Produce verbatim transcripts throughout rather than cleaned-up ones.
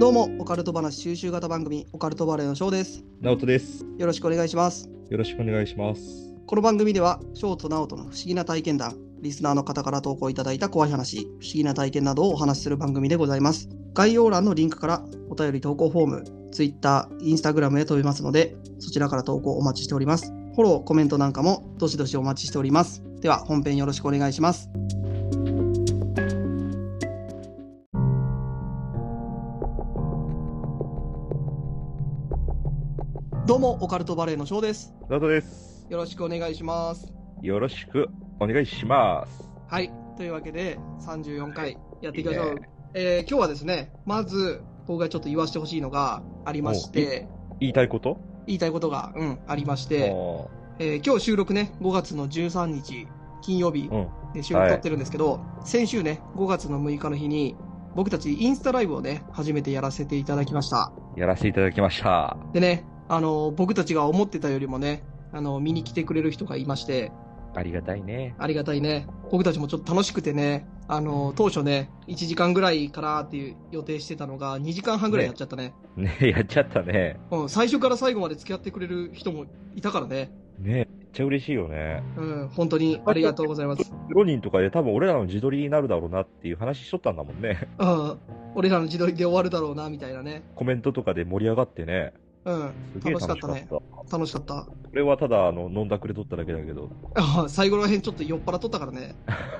どうもオカルト話収集型番組オカルトバレーのショーです。 ナオトです。 よろしくお願いします。 よろしくお願いします。 この番組ではショーとナオトの不思議な体験談、リスナーの方から投稿いただいた怖い話、不思議な体験などをお話しする番組でございます。概要欄のリンクからお便り投稿フォーム、Twitter、Instagram へ飛べますので、そちらから投稿お待ちしております。フォロー、コメントなんかもどしどしお待ちしております。では本編よろしくお願いします。どうもオカルトバレーのショーです。 ナオトです。 よろしくお願いします。 よろしくお願いします。 はい、というわけでさんじゅうよんかいやっていきましょう。いいね。えー、今日はですね、まず僕がちょっと言わせてほしいのがありまして、 言いたいこと言いたいことが、うん、ありまして、えー、今日収録ね、ごがつのじゅうさんにち金曜日で収録撮ってるんですけど、うんはい、先週ね、ごがつのむいかの日に僕たちインスタライブをね、初めてやらせていただきました。 やらせていただきました。 でね、あの僕たちが思ってたよりもね、あの見に来てくれる人がいまして、 ありがたいね。 ありがたいね。僕たちもちょっと楽しくてね、あの当初ねいちじかんぐらいからっていう予定してたのがにじかんはんぐらいやっちゃったね。 ね, ねやっちゃったね。 うん、最初から最後まで付き合ってくれる人もいたからね。 ねめっちゃ嬉しいよね。 うん、本当にありがとうございます。 ゼロにんとかで多分俺らの自撮りになるだろうなっていう話しとったんだもんね。 うん、俺らの自撮りで終わるだろうなみたいなね。 コメントとかで盛り上がってね。 うん、楽しかったね。楽しかった。 俺はただあの飲んだくれとっただけだけど。 ああ、最後らへんちょっと酔っ払っとったからね。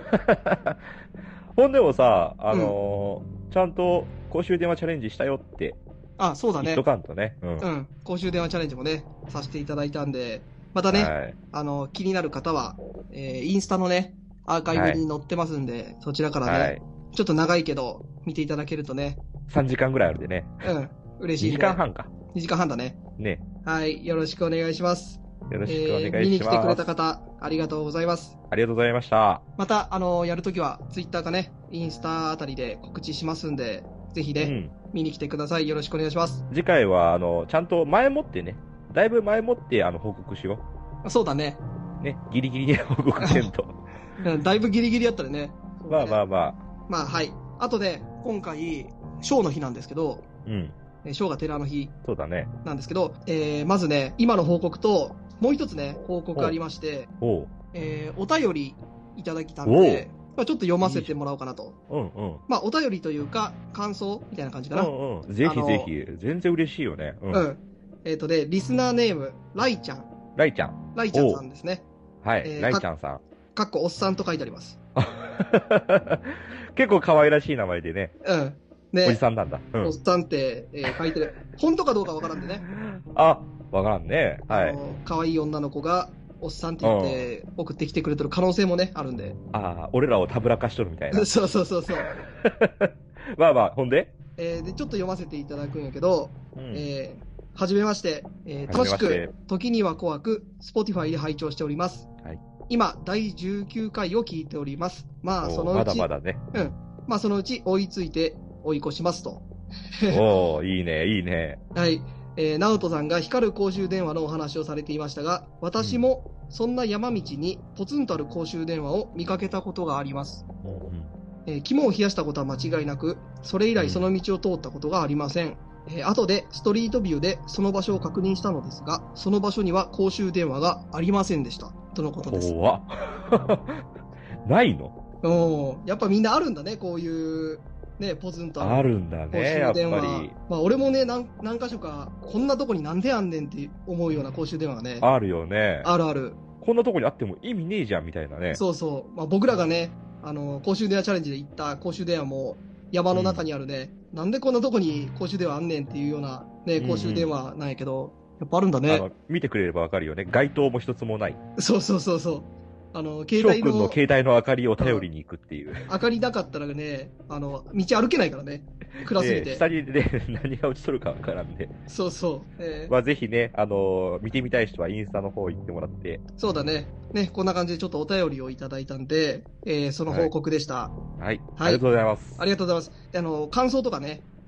ほんでもさ、あのーうん、ちゃんと公衆電話チャレンジしたよって。 あ、そうだね。 言っとかんとね。うん。 うん、公衆電話チャレンジもね、させていただいたんで、またね、はい、あの、気になる方は、えー、インスタのね、アーカイブに載ってますんで、はい、そちらからね、はい、ちょっと長いけど、見ていただけるとね。 さんじかんぐらいあるでね。 うん、嬉しいんで。 にじかんはんか。 にじかんはんだね。 ね。 はい、よろしくお願いします。 よろしくお願いします。えー、 見に来てくれた方、ありがとうございます。 ありがとうございました。 また、あの、やるときは、ツイッターかね、インスタあたりで告知しますんで、ぜひね、うん、見に来てください。よろしくお願いします。 次回は、あの、ちゃんと前もってね、だいぶ前もって、あの、報告しよう。そうだね。 ね、ギリギリで報告せんと。 だいぶギリギリやったらね。 まあまあまあ。 まあ、はい。あとで、今回、ショーの日なんですけど、 うん。 ショーが寺の日。 そうだね。 なんですけど、えー、まずね、今の報告と、もう一つね、報告ありまして、 お, えー、お便りいただきたので、まあ、ちょっと読ませてもらおうかなと。 うんうん。 まあ、お便りというか、感想みたいな感じかな。 うんうん。ぜひぜひ。全然嬉しいよね。 うん。うん、えっ、ー、とで、リスナーネーム、ライちゃん。 ライちゃん。 ライちゃんさんですね。 はい、えー、ライちゃんさん。 かっこおっさんと書いてあります。 結構可愛らしい名前でね。 うん。ね、 おじさんなんだ。 うん、おっさんって、えー、書いてる。本当かどうかわからんでね。 あ、わからんね。はい。 可愛い女の子が、おっさんって言って送ってきてくれてる可能性もね、あるんで。 ああ、俺らをたぶらかしとるみたいな。 そうそうそうそう。 まあまあ、ほんでえー、で、ちょっと読ませていただくんやけど、うん、えー、はじめまして、えー、楽しく、時には怖く、Spotify で拝聴しております。はい。今、だいじゅうきゅうかいを聞いております。まあ、そのうち、 まだまだね。 うん。まあ、そのうち追いついて、追い越しますと。 おー、いいね、いいね。 はい。えー、ナオトさんが光る公衆電話のお話をされていましたが、私もそんな山道にポツンとある公衆電話を見かけたことがあります。うんうん、えー、肝を冷やしたことは間違いなく、それ以来その道を通ったことがありません。えー、後でストリートビューでその場所を確認したのですが、その場所には公衆電話がありませんでした。とのことです。 怖っ。ないの？ おやっぱみんなあるんだね、こういう。ね、ポツンとあるんだね、やっぱり。 まあ、俺もね何、何箇所か、こんなとこになんであんねんって思うような公衆電話がね。 あるよね。 あるある。 こんなとこにあっても意味ねえじゃんみたいなね。 そうそう。まあ、僕らがね、あの、公衆電話チャレンジで行った公衆電話も山の中にあるね、うん、なんでこんなとこに公衆電話あんねんっていうようなね、公衆電話なんやけど、うんうん、やっぱあるんだね。 あの、見てくれればわかるよね。街灯も一つもない。 そうそうそうそう。あの、 携帯の。翔くんの携帯の明かりを頼りに行くっていう。 明かりなかったらね、あの、道歩けないからね。暗すぎて。 えー、下にで何が落ちとるかわからんで。 そうそう。えー、 まあぜひね、あのー、見てみたい人はインスタの方行ってもらって。 そうだね。ね、こんな感じでちょっとお便りをいただいたんで、えー、その報告でした。 はい。はい。ありがとうございます。 ありがとうございます。あの、感想とかね、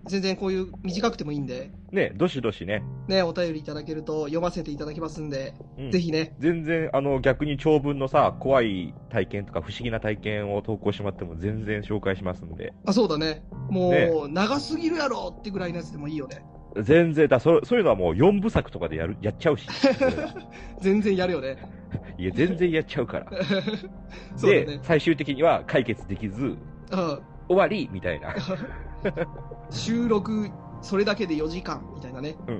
全然こういう短くてもいいんで、 ね、どしどしね。 ね、お便りいただけると読ませていただきますんで、 うん、 ぜひね。 全然、あの、逆に長文のさ、怖い体験とか不思議な体験を投稿してもらっても全然紹介しますんで。 あ、そうだね。もう、 ね、 長すぎるやろってぐらいのやつでもいいよね。 全然だそ、そういうのはもうよんぶさくとかでやる、やっちゃうし。 全然やるよね。 いや、全然やっちゃうから。 そうだね。 で、最終的には解決できず、うん、終わりみたいな。 収録、それだけでよじかんみたいなね。 うん。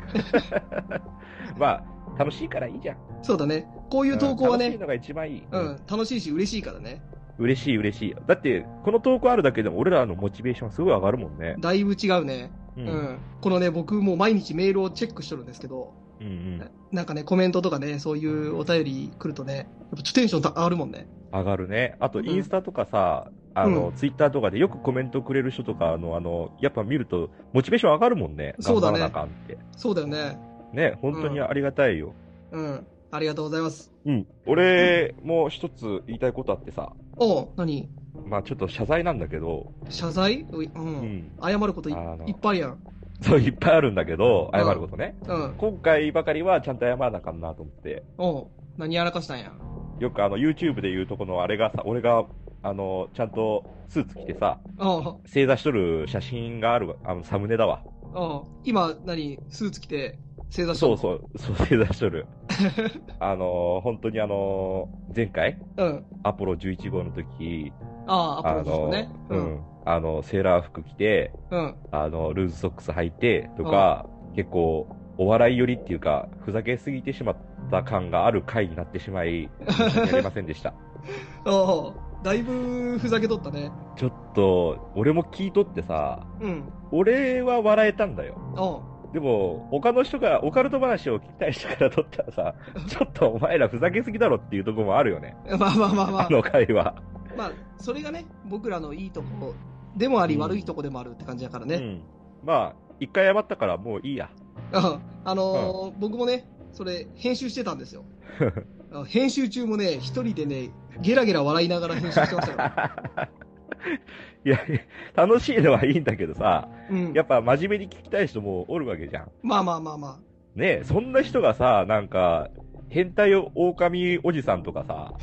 まあ、楽しいからいいじゃん。 そうだね。こういう投稿はね。 楽しいのが一番いい。 うん、楽しいし嬉しいからね。 嬉しい嬉しい。だって、この投稿あるだけでも俺らのモチベーションすごい上がるもんね。 だいぶ違うね。うん。うん、このね、僕もう毎日メールをチェックしとるんですけど、うんうん、なんかね、コメントとかね、そういうお便り来るとね、やっぱテンション上がるもんね。 上がるね。あと、インスタとかさ、うん、あの、うん、ツイッターとかでよくコメントくれる人とかの、あの、やっぱ見ると、モチベーション上がるもんね。 そうだね。 頑張らなあかんって。 そうだよね。 ね、本当にありがたいよ。 うん。うん、ありがとうございます。 うん。俺、もう一つ言いたいことあってさ。 おう、何？ まあちょっと謝罪なんだけど。 謝罪？うん。うん、謝ることいっぱいやん。 そう、いっぱいあるんだけど、謝ることね。 うん。 今回ばかりはちゃんと謝らなあかんなと思って。 おう、何やらかしたんや。 よくあの、YouTube で言うとこのあれがさ、俺が、あの、ちゃんとスーツ着てさ、正座しとる写真がある、あの、サムネだわ。 ああ、今、何、スーツ着て、正座しとる？ そうそう、そう、正座しとる。あの、本当にあの、前回、うん。アポロじゅういち号の時、 ああ、アポロじゅういち号ね。 うん。あの、セーラー服着て、うん。あの、ルーズソックス履いて、とか、結構、お笑い寄りっていうか、ふざけすぎてしまった感がある回になってしまい、申し訳ありませんでした。 ああ、だいぶふざけとったね。 ちょっと、俺も聞いとってさ、うん。俺は笑えたんだよ。ああ。でも、他の人がオカルト話を聞きたい人からとったらさ、ちょっとお前らふざけすぎだろっていうところもあるよね。 まあまあまあまあ。 あの回は。 まあ、それがね、僕らのいいとこでもあり、うん、悪いとこでもあるって感じだからね。うん、 まあ、一回謝ったからもういいや。 あ、あのーうん、僕もね、それ編集してたんですよ。編集中もね、一人でね、ゲラゲラ笑いながら編集してましたよ。 いや、楽しいのはいいんだけどさ、うん、やっぱ真面目に聞きたい人もおるわけじゃん。 まあまあまあまあ。 ねえ、そんな人がさ、なんか、変態狼おじさんとかさ、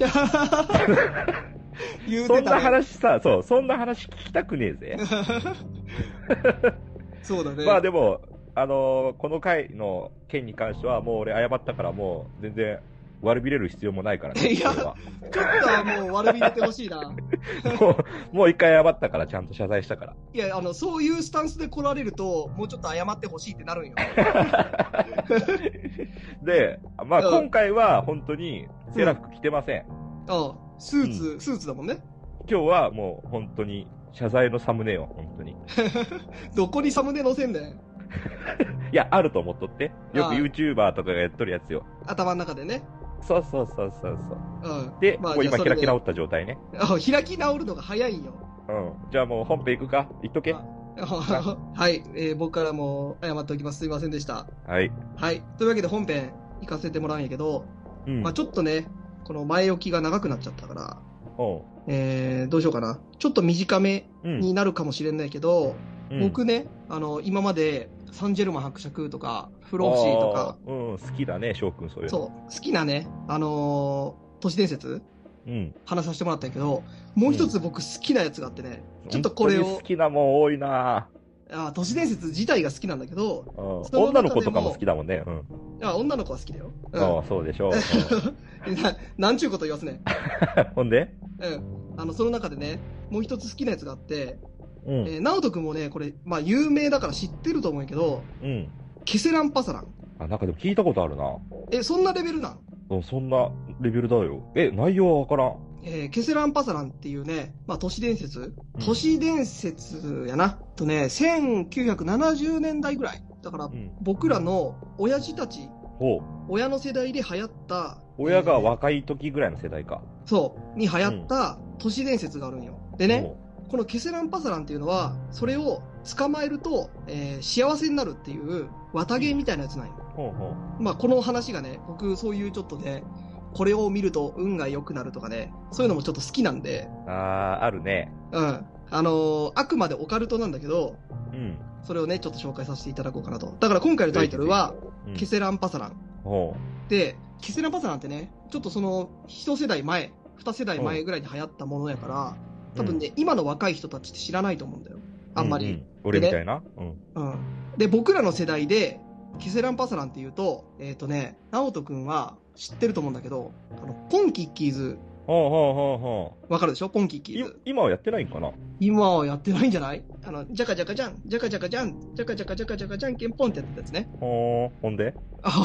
言うてたね、そんな話さ、そう、そんな話聞きたくねえぜ。 そうだね。 まあでも、あのー、この回の件に関してはもう俺謝ったからもう全然悪びれる必要もないからね。 いや、ちょっとはもう悪びれてほしいな。もう、もう一回謝ったからちゃんと謝罪したから。 いや、あの、そういうスタンスで来られると、もうちょっと謝ってほしいってなるんよ。 で、まあ今回は本当にセーラー服着てません。 うん、ああ、スーツ、うん、スーツだもんね。 今日はもう本当に謝罪のサムネよ、本当に。 どこにサムネ載せんねん。 いや、あると思っとって。よく YouTuber とかがやっとるやつよ。 頭の中でね。 そうそうそうそうそう。うん。で、まあ、もう今開き直った状態ね。 あ、開き直るのが早いんよ。 うん。じゃあもう本編行くか言っとけ。 はい、えー、僕からも謝っておきます。すいませんでした。 はい。 はい。というわけで本編行かせてもらうんやけど、うん、まあちょっとね、この前置きが長くなっちゃったから、うん、えー、どうしようかな。ちょっと短めになるかもしれないけど、うん、僕ね、あの、今まで、サンジェルマン伯爵とか、フローシーとか、 うん、好きだね、翔くん、そういうの。 そう、好きなね、あのー、都市伝説、うん、話させてもらったんやけど、もう一つ僕好きなやつがあってね、うん、ちょっとこれを。 好きなもん多いなあ、都市伝説自体が好きなんだけど、 うん、女の子とかも好きだもんね。うん。 あ、女の子は好きだよ。 うん、ああ、そうでしょう。 な、なんちゅうこと言わすね。 ほんでうん。あの、その中でね、もう一つ好きなやつがあって、うん、えー、直人くんもね、これ、まあ、有名だから知ってると思うんやけど、うん。ケセランパサラン。 あ、なんかでも聞いたことあるな。 え、そんなレベルなん？ うん、そんなレベルだよ。え、内容はわからん。 えー、ケセランパサランっていうね、まあ、都市伝説、うん、都市伝説やな。とね、せんきゅうひゃくななじゅうねんだいぐらい。だから、うん、僕らの親父たち、ほう。親の世代で流行った。 親が若い時ぐらいの世代か。 そう。に流行った都市伝説があるんよ。でね、このケセランパサランっていうのは、それを捕まえると、えー、幸せになるっていう綿毛みたいなやつなんよ。ほうほう。まあ、この話がね、僕そういうちょっとね、これを見ると運が良くなるとかね、そういうのもちょっと好きなんで。 あー、あるね。 うん。 あのー、あくまでオカルトなんだけど、うん。それをね、ちょっと紹介させていただこうかなと。だから今回のタイトルは、うん、ケセランパサラン。で、ケセランパサランってね、ちょっとその、一世代前、二世代前ぐらいに流行ったものやから、多分ね、うん、今の若い人たちって知らないと思うんだよ。あんまり。うんうん、 俺みたいな、うん。 うん。で、僕らの世代で、ケセランパサランって言うと、えっ、ー、とね、ナオトくんは知ってると思うんだけど、あの、ポンキッキーズ。 ほうほうほうほう。わかるでしょポンキッキーズ。 今はやってないんかな？ 今はやってないんじゃない？あの、ジャカジャカジャン、ジャカジャカジャン、ジャカジャカジャカジャカジャンケンポンってやってたやつね。 ほー、ほんで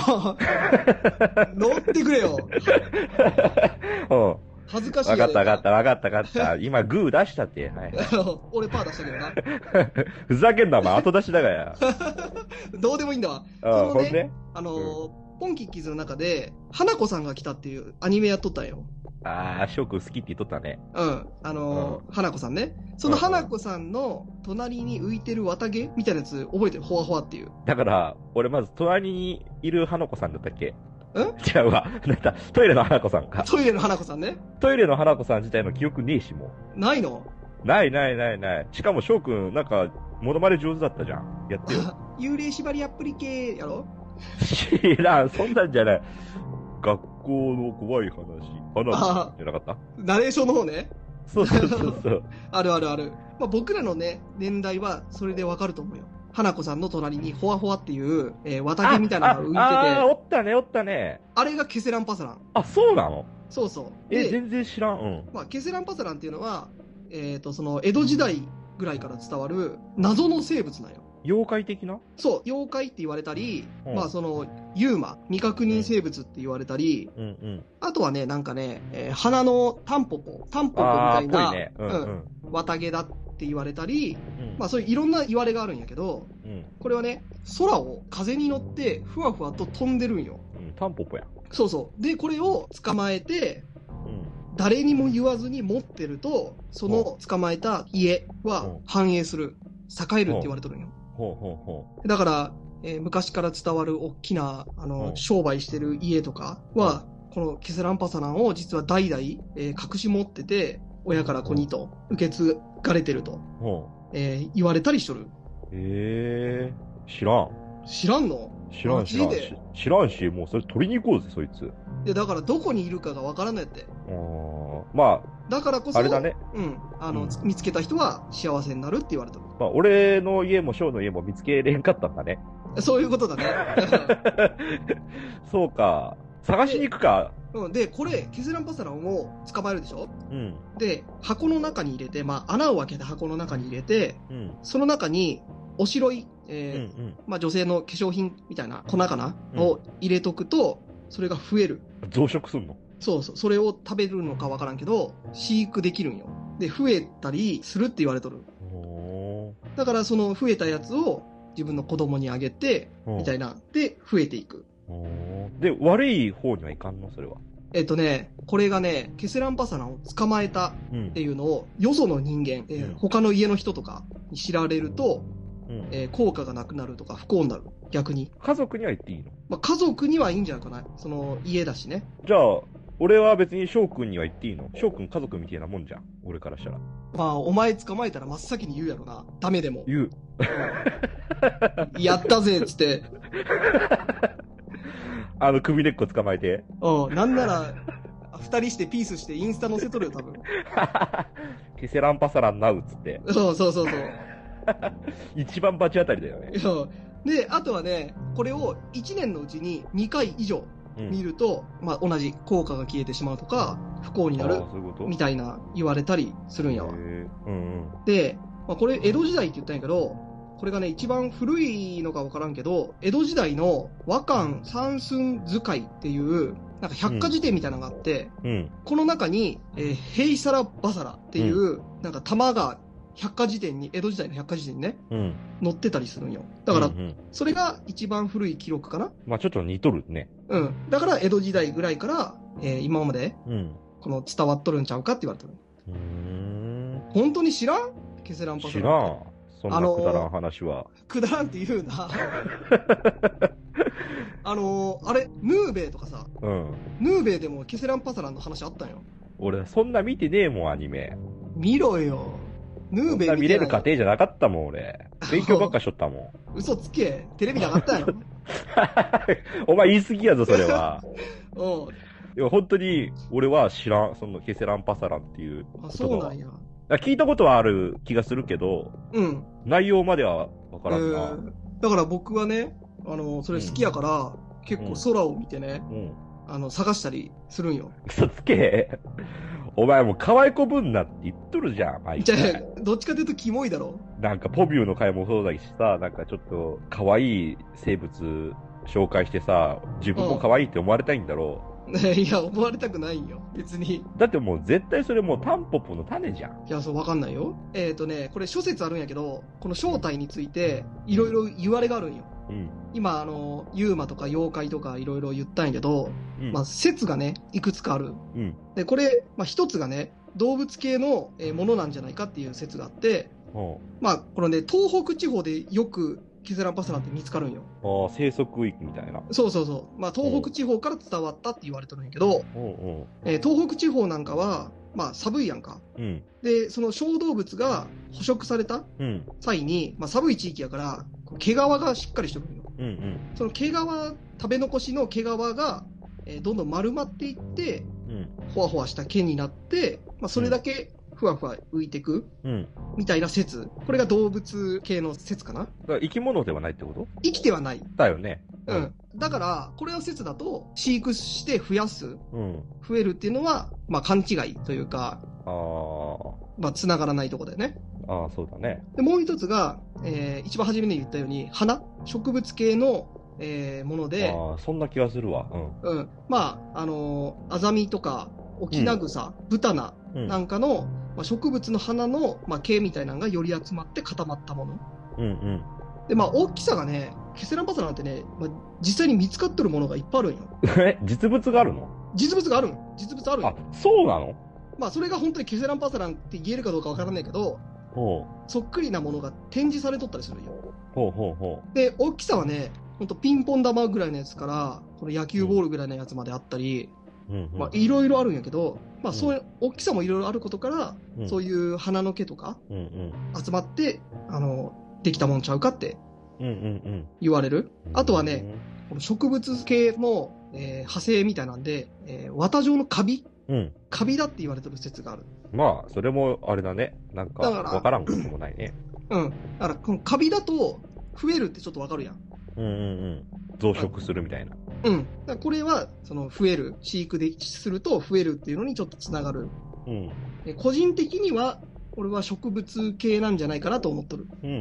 乗ってくれよ。 うん。 恥ずかしいわかったわかったわかったわかった。今グー出したって。はい、 俺パー出したけどな。 ふざけんなお前後出しだがや。 どうでもいいんだわ。 ああ、ほんであのー、うん、ポンキッキーズの中で、花子さんが来たっていうアニメやっとったんよ。 ああ、翔くん好きって言っとったね。 うん。あのーうん、花子さんね。その花子さんの隣に浮いてる綿毛みたいなやつ覚えてる？ほわほわっていう。 だから、俺まず隣にいる花子さんだったっけ？ ん違うわ。なんだ、トイレの花子さんか。 トイレの花子さんね。 トイレの花子さん自体の記憶ねえしも。 ないの？ ないないないない。しかも翔くん、なんか、モノマネ上手だったじゃん。やってよ。 幽霊縛りアプリ系やろ？ 知らん、そんなんじゃない。学校の怖い話、話じゃなかった？ ナレーションの方ね。 そうそうそうそう。 あるあるある。まあ、僕らのね、年代はそれでわかると思うよ。花子さんの隣にホワホワっていう、えー、綿毛みたいなのが浮いてて。 ああ、おったね、おったね。 あれがケセランパサラン。 あ、そうなの？ そうそう。 え、全然知らん。うん。 まあ、ケセランパサランっていうのは、えっと、その、江戸時代ぐらいから伝わる謎の生物なんよ。 妖怪的な？ そう、妖怪って言われたり、うん、まあその、ユーマ、未確認生物って言われたり、うんうん、あとはね、なんかね、えー、花のタンポポ、タンポポみたいな、ねうんうん、綿毛だって言われたり、うん、まあそういういろんな言われがあるんやけど、うん、これはね、空を風に乗ってふわふわと飛んでるんよ。 うん、タンポポや。 そうそう。で、これを捕まえて、うん、誰にも言わずに持ってると、その捕まえた家は繁栄する、栄えるって言われてるんよ。 ほうほうほう。だから、えー、昔から伝わる大きな、あの、商売してる家とかは、このケセランパサランを実は代々、えー、隠し持ってて、親から子にと受け継がれてると、えー、言われたりしとる。 へえー、知らん。 知らんの？ 知らん知らんし。知らんし、もうそれ取りに行こうぜ、そいつ。 いや、だからどこにいるかがわからないって。 あー、まあ、 だからこそ、 あれだね。 うん。あの、うん、見つけた人は幸せになるって言われてる。 まあ、俺の家も翔の家も見つけれんかったんだね。 そういうことだね。 そうか。探しに行くか。 うん。で、これ、ケセランパサランを捕まえるでしょ？うん。で、箱の中に入れて、まあ、穴を開けて箱の中に入れて、うん、その中に、おしろい、えー、うんうん、まあ、女性の化粧品みたいな粉かな、うん、を入れとくと、それが増える。 増殖すんの？ そうそう。それを食べるのかわからんけど、飼育できるんよ。で、増えたりするって言われとる。だからその増えたやつを自分の子供にあげて、みたいな。で、増えていく。 で、悪い方にはいかんのそれは。 えっとね、これがね、ケセランパサランを捕まえたっていうのを、うん、よその人間、えーうん、他の家の人とかに知られると、うんえー、効果がなくなるとか不幸になる。逆に。 家族には言っていいの？ まあ、家族にはいいんじゃないかな。その家だしね。 じゃあ、俺は別に翔くんには言っていいの？翔くん家族みたいなもんじゃん。俺からしたら。 まあ、お前捕まえたら真っ先に言うやろな。ダメでも。 言う。 やったぜっつって。 あの首根っこ捕まえて。 うん。なんなら、二人してピースしてインスタ載せとるよ、多分。 ケセランパサランナウっつって。 そうそうそうそう。 一番バチ当たりだよね。 で、あとはね、これをいちねんのうちににかい以上見ると、うん、まあ同じ効果が消えてしまうとか、不幸になるみたいな言われたりするんやわ。うんうん、で、まあ、これ江戸時代って言ったんやけど、これがね、一番古いのかわからんけど、江戸時代の和漢三寸使いっていう、なんか百科事典みたいなのがあって、うん、この中に、えー、ヘイサラバサラっていう、うん、なんか玉が百科事典に、江戸時代の百科事典にね、うん、載ってたりするんよ。だから、うんうん、それが一番古い記録かな。 まあちょっと似とるね。 うん。だから江戸時代ぐらいから、えー、今まで、うん、この伝わっとるんちゃうかって言われてる。うーん。本当に知らん？ケセランパサラン。 知らん。そんなくだらん話は。 くだらんって言うな。あのー、あれ、ヌーベイとかさ、うん、ヌーベイでもケセランパサランの話あったんよ。 俺、そんな見てねえもん、アニメ。 見ろよ。 ヌーベ見てない。 見れる家庭じゃなかったもん、俺。勉強ばっかしとったもん。嘘つけ。テレビなかったやろ。 お前言い過ぎやぞ、それは。 うん。 いや、本当に、俺は知らん、その、ケセランパサランっていう。 あ、そうなんや。 聞いたことはある気がするけど、うん。内容まではわからんな、えー。 だから僕はね、あの、それ好きやから、うん、結構空を見てね、うん、あの、探したりするんよ。 嘘つけ。お前もう可愛い子ぶんなって言っとるじゃん、毎回。じゃあ、どっちかというとキモいだろ。 なんか、ポビューの回もそうだしさ、なんかちょっと、可愛い生物紹介してさ、自分も可愛いって思われたいんだろう。 うん、いや、思われたくないんよ。別に。 だってもう絶対それもうタンポポの種じゃん。 いや、そう、わかんないよ。えっ、ー、とね、これ諸説あるんやけど、この正体について、いろいろ言われがあるんよ。うん、今、あの、ユーマとか妖怪とかいろいろ言ったんやけど、うん、まあ、説がね、いくつかある。うん、で、これ、まあ、一つがね、動物系のものなんじゃないかっていう説があって、まあ、このね、東北地方でよくケセランパサランって見つかるんよ。 ああ、生息域みたいな。 そうそうそう。まあ、東北地方から伝わったって言われてるんやけど、えー、東北地方なんかは、まあ、寒いやんか。うん、で、その小動物が捕食された際に、うん、まあ、寒い地域やから、毛皮がしっかりしてるんよ。うんうん、その毛皮、食べ残しの毛皮が、えー、どんどん丸まっていって、うん、ほわほわした毛になって、まあ、それだけふわふわ浮いてく、うん、みたいな説。これが動物系の説かな。だから生き物ではないってこと？ 生きてはない。 だよね。 うん。だから、これの説だと、飼育して増やす、うん、増えるっていうのは、まあ勘違いというか、あまあ繋がらないところだよね。 ああ、そうだね。 で、もう一つが、えー、一番初めに言ったように、花、植物系の、えー、もので、 ああ、そんな気がするわ。 うん。うん。まあ、あのー、アザミとか、オキナグサ、うん、ブタナなんかの、まあ、植物の花の、まあ、毛みたいなのがより集まって固まったもの。うんうん。で、まあ、大きさがね、ケセランパサランってね、まあ、実際に見つかってるものがいっぱいあるんよ。 え、実物があるの？ 実物があるん。実物あるん。 あ、そうなの？まあ、それが本当にケセランパサランって言えるかどうかわからないけど、ほう。そっくりなものが展示されとったりするんよ。ほうほうほう。で、大きさはね、ほんとピンポン玉ぐらいのやつから、この野球ボールぐらいのやつまであったり、うんうん、まあ、いろいろあるんやけど、まあ、そういう、大きさもいろいろあることから、うん、そういう花の毛とか、集まって、あの、できたもんちゃうかって、言われる。うんうんうん、あとはね、この植物系の、えー、派生みたいなんで、えー、綿状のカビ、うん、カビだって言われてる説がある。 まあ、それもあれだね。なんか、わからんこともないね。 うん。だから、このカビだと、増えるってちょっとわかるやん。 うんうんうん。増殖するみたいな。 うん。だからこれは、その、増える、飼育ですると増えるっていうのにちょっとつながる。うん。個人的には、これは植物系なんじゃないかなと思っとる。うんうんうん。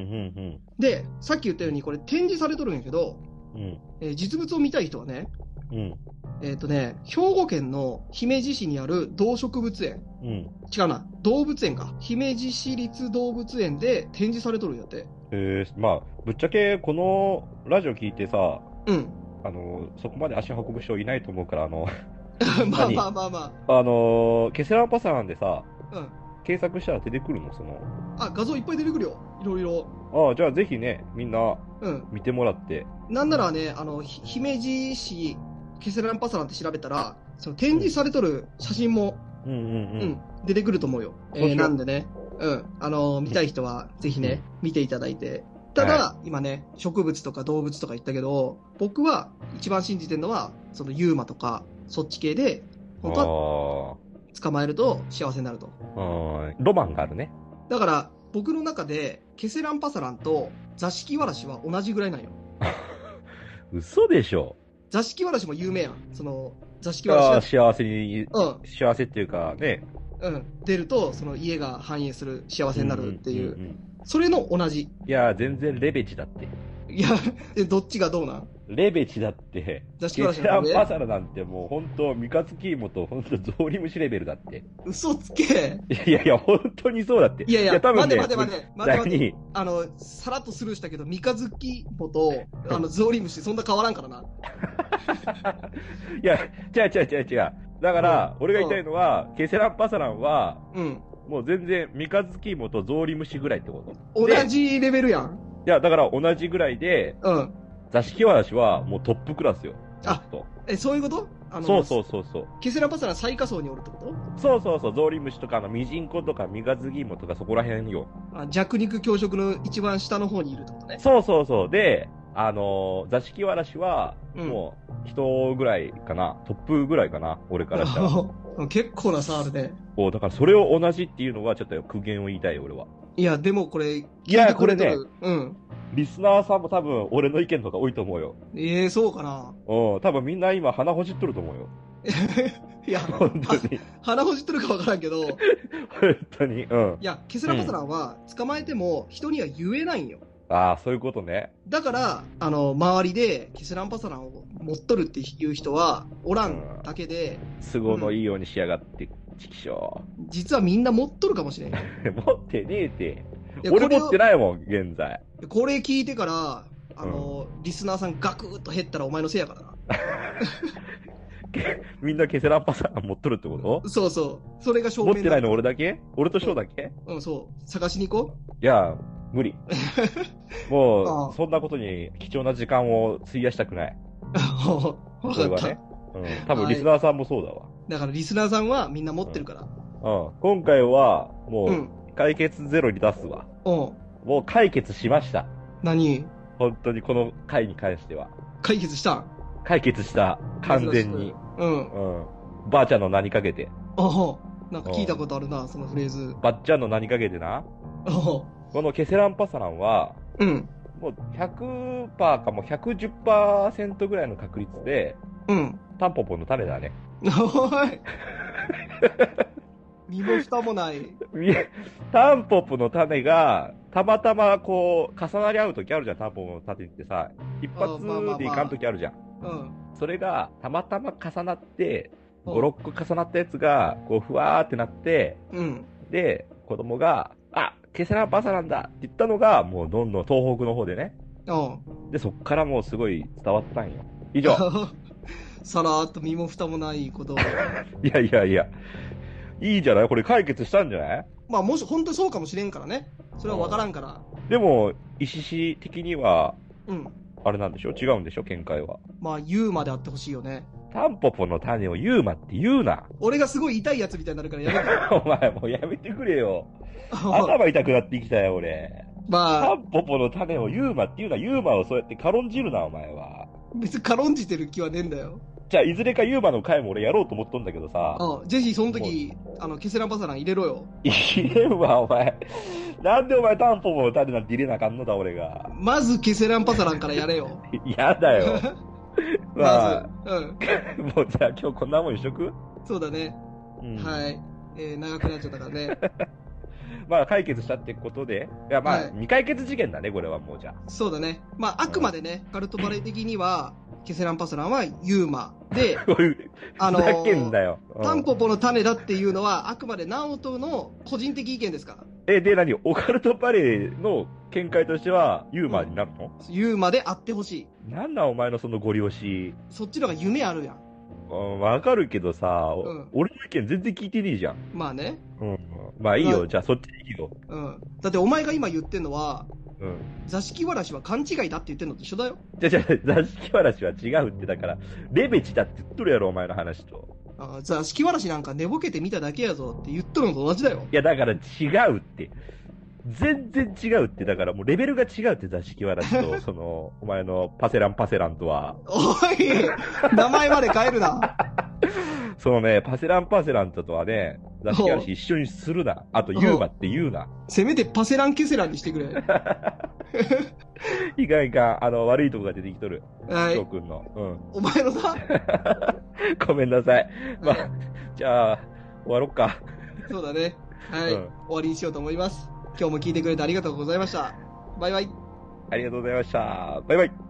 で、さっき言ったようにこれ展示されとるんやけど、うん。えー、実物を見たい人はね、うん。えっとね、兵庫県の姫路市にある動植物園。うん。違うな、動物園か。姫路市立動物園で展示されとるんやって。 えー、まあ、ぶっちゃけこのラジオ聞いてさ、うん。あの、そこまで足運ぶ人いないと思うから、あの、 まあまあまあまあ。あの、ケセランパサランでさ、うん。検索したら出てくるのその。 あ、画像いっぱい出てくるよ。いろいろ。 ああ、じゃあぜひね、みんな、うん。見てもらって。 なんならね、あの、姫路市、ケセランパサランって調べたら、その展示されとる写真も、うんうんうん。うん、出てくると思うよ。えー、なんでね、うん。あの、見たい人は、ぜひね、見ていただいて。ただ、はい、今ね、植物とか動物とか言ったけど、僕は一番信じてるのは、そのユーマとか、そっち系で、本当は、捕まえると幸せになると。 ロマンがあるね。 だから、僕の中で、ケセランパサランと座敷わらしは同じぐらいなんよ。 嘘でしょ。 座敷わらしも有名やん。その、座敷わらし。幸せに、うん。幸せっていうかね。 うん。出ると、その家が繁栄する、幸せになるっていう。うんうんうんうん、それの同じ。 いや、全然レベチだって。 いや、どっちがどうなん？ レベチだって、ケセランパサラなんてもう本当、三日月芋と本当、ゾウリムシレベルだって。 嘘つけ。 いやいや、本当にそうだって。 いやいや、いや多分ね、待て待て待て待て待て待て。あの、さらっとスルーしたけど、三日月芋と、あの、ゾウリムシそんな変わらんからな。 いや、違う違う違う違う。だから、うん、俺が言いたいのは、うん、ケセランパサランは、うん。もう全然、三日月芋とゾウリムシぐらいってこと。同じレベルやん。 いや、だから同じぐらいで、うん。座敷わらしはもうトップクラスよ。 あ、 え、そういうこと？ あの、そうそうそうそう。 ケセランパサラン最下層におるってこと？ そうそうそう、ゾウリムシとかのミジンコとかミガズギイモとかそこら辺よ。 あ、弱肉強食の一番下の方にいるってことね。 そうそうそう。で、あのー、座敷わらしは、もう、人ぐらいかな、トップぐらいかな、俺からしたら。 結構な差あるね。 おだからそれを同じっていうのはちょっと苦言を言いたい、俺は。 いや、でもこれ、 いや、これね、 うん。 リスナーさんも多分俺の意見とか多いと思うよ。 ええー、そうかな。 うん、多分みんな今鼻ほじっとると思うよ。 いや、本当に。鼻ほじっとるかわからんけど。本当に。うん。 いや、ケセラパサランは捕まえても人には言えないんよ。 ああ、そういうことね。 だから、あの、周りでケセランパサランを持っとるっていう人はおらんだけで。 うん、都合のいいようにしやがって、チキショー。実はみんな持っとるかもしれん。 持ってねえて。俺持ってないもん、現在。 これ聞いてから、あの、うん、リスナーさんガクッと減ったらお前のせいやからな。 みんなケセランパサラン持っとるってこと？ そうそう。それが証明。 持ってないの俺だけ？俺と翔だけ？ うん、そう。探しに行こう。いや、無理。もう、そんなことに貴重な時間を費やしたくない。 それはね。うん。多分リスナーさんもそうだわ。はい、 だからリスナーさんはみんな持ってるから。 うん。うん、今回は、もう、うん、解決ゼロに出すわ。 うん。 もう解決しました。 何？ 本当にこの回に関しては。 解決したん？ 解決した。完全に。 うん。 うん。ばあちゃんの名にかけて。 ああ。なんか聞いたことあるな、うん、そのフレーズ。 ばっちゃんの名にかけてな。 ああ。 このケセランパサランは、 うん。 もう ひゃくパーセント かもひゃくじゅっパーセント ぐらいの確率で、 うん。 タンポポの種だね。 おい。身も蓋もない。 タンポポの種が、たまたまこう、重なり合うときあるじゃん、タンポポの種ってさ。一発でいかんときあるじゃん。 まあまあまあ、うん。 それが、たまたま重なって、ご、ろっこ重なったやつが、こう、ふわーってなって、 うん。 で、子供が、あ、ケセランパサランだって言ったのが、もうどんどん東北の方でね。 うん。 で、そっからもうすごい伝わったんよ。以上。 さらーっと身も蓋もないことを。 いやいやいや。いいじゃない？これ解決したんじゃない？ まあもし本当にそうかもしれんからね。それは分からんから。 でも、石師的には、 うん。 あれなんでしょ？違うんでしょ？見解は。 まあ、ユーマであってほしいよね。 タンポポの種をユーマって言うな。 俺がすごい痛いやつみたいになるからやめて。 お前もうやめてくれよ。頭痛くなってきたよ、俺。まあ。タンポポの種をユーマって言うな。ユーマをそうやって軽んじるな、お前は。 別に軽んじてる気はねえんだよ。 じゃあ、いずれかユーマの回も俺やろうと思っとんだけどさ。 ああ、ぜひその時、あの、ケセランパサラン入れろよ。 入れんわ、お前。なんでお前タンポポの種なんて入れなあかんのだ、俺が。 まずケセランパサランからやれよ。 やだよ。まあ、 まず、 うん。もうじゃあ今日こんなもんにしとく？ そうだね。うん、はい。えー、長くなっちゃったからね。 まあ解決したってことで、いやまあ、はい、未解決事件だね、これはもうじゃあ。 そうだね。まああくまでね、カルトバレー的には、ケセランパサランはユーマで、 あのー、 タンポポの種だっていうのは、あくまでナオトの個人的意見ですから。 え、で何？オカルトバレーの見解としては、ユーマになるの？ うん、ユーマであってほしい。 なんだお前のそのご利用し。 そっちの方が夢あるやん。 わかるけどさ、うん、俺の意見全然聞いてねえじゃん。 まあね。 うん。まあいいよ、じゃあそっちでいいよ。 うん。だってお前が今言ってんのは、 うん。 座敷わらしは勘違いだって言ってんのと一緒だよ。 じゃじゃ座敷わらしは違うってだから、レベチだって言っとるやろ、お前の話と。 ああ、座敷わらしなんか寝ぼけてみただけやぞって言っとるのと同じだよ。 いやだから違うって。全然違うって、だからもうレベルが違うって、座敷わらしと、その、お前のパセランパセランとは。 おい名前まで変えるな。 そのね、パセランパセランととはね、座敷わらし一緒にするな。あと、ユーマって言うな。 せめてパセランケセランにしてくれ。 いかんいかん、あの、悪いとこが出てきとる。 はい。 翔くんの。うん。 お前のさ。 ごめんなさい。まあ、じゃあ、終わろっか。 そうだね。はい、うん。終わりにしようと思います。今日も聞いてくれてありがとうございました。バイバイ。 ありがとうございました。バイバイ。